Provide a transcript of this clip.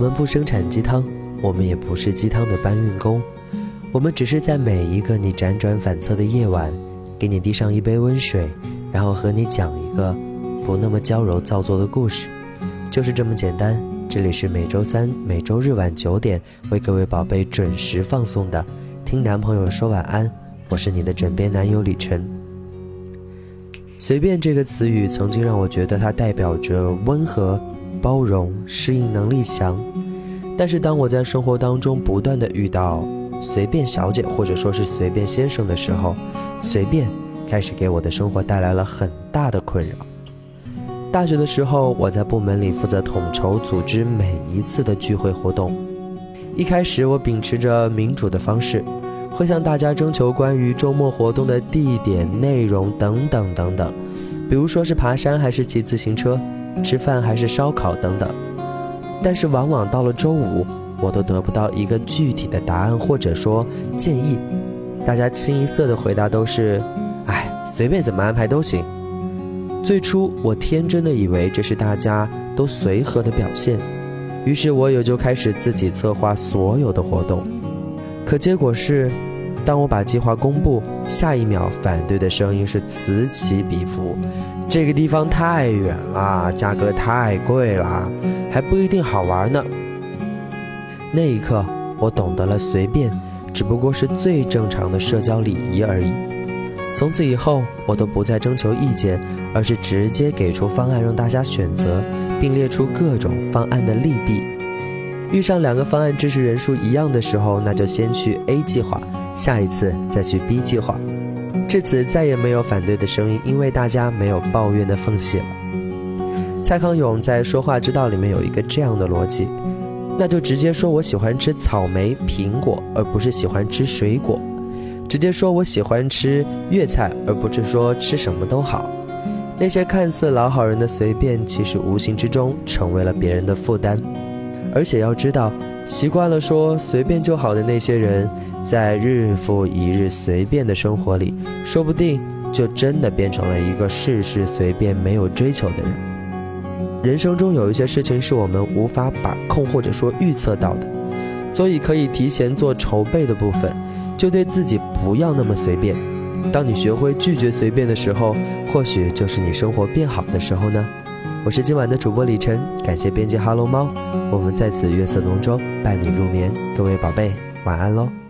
们不生产鸡汤，我们也不是鸡汤的搬运工，我们只是在每一个你辗转反侧的夜晚，给你递上一杯温水，然后和你讲一个不那么娇柔造作的故事，就是这么简单。这里是每周三、每周日晚9点为各位宝贝准时放送的听男朋友说晚安，我是你的枕边男友李晨。随便这个词语曾经让我觉得它代表着温和、包容、适应能力强，但是当我在生活当中不断的遇到随便小姐或者说是随便先生的时候，随便开始给我的生活带来了很大的困扰。大学的时候，我在部门里负责统筹组织每一次的聚会活动。一开始我秉持着民主的方式，会向大家征求关于周末活动的地点、内容等等等等，比如说是爬山还是骑自行车，吃饭还是烧烤等等。但是往往到了周五，我都得不到一个具体的答案或者说建议，大家清一色的回答都是随便怎么安排都行。最初我天真的以为这是大家都随和的表现，于是我也就开始自己策划所有的活动。可结果是，当我把计划公布，下一秒反对的声音是此起彼伏，这个地方太远了，价格太贵了，还不一定好玩呢。那一刻我懂得了随便只不过是最正常的社交礼仪而已。从此以后，我都不再征求意见，而是直接给出方案让大家选择，并列出各种方案的利弊。遇上2个方案支持人数一样的时候，那就先去 A 计划，下一次再去 B 计划。至此再也没有反对的声音，因为大家没有抱怨的缝隙了。蔡康永在《说话之道》里面有一个这样的逻辑，那就直接说我喜欢吃草莓、苹果，而不是喜欢吃水果。直接说我喜欢吃粤菜，而不是说吃什么都好。那些看似老好人的随便，其实无形之中成为了别人的负担。而且要知道，习惯了说随便就好的那些人，在日复一日随便的生活里，说不定就真的变成了一个事事随便没有追求的人。人生中有一些事情是我们无法把控或者说预测到的，所以可以提前做筹备的部分，就对自己不要那么随便。当你学会拒绝随便的时候，或许就是你生活变好的时候呢。我是今晚的主播李晨，感谢编辑哈喽猫，我们在此月色浓妆伴你入眠，各位宝贝晚安喽。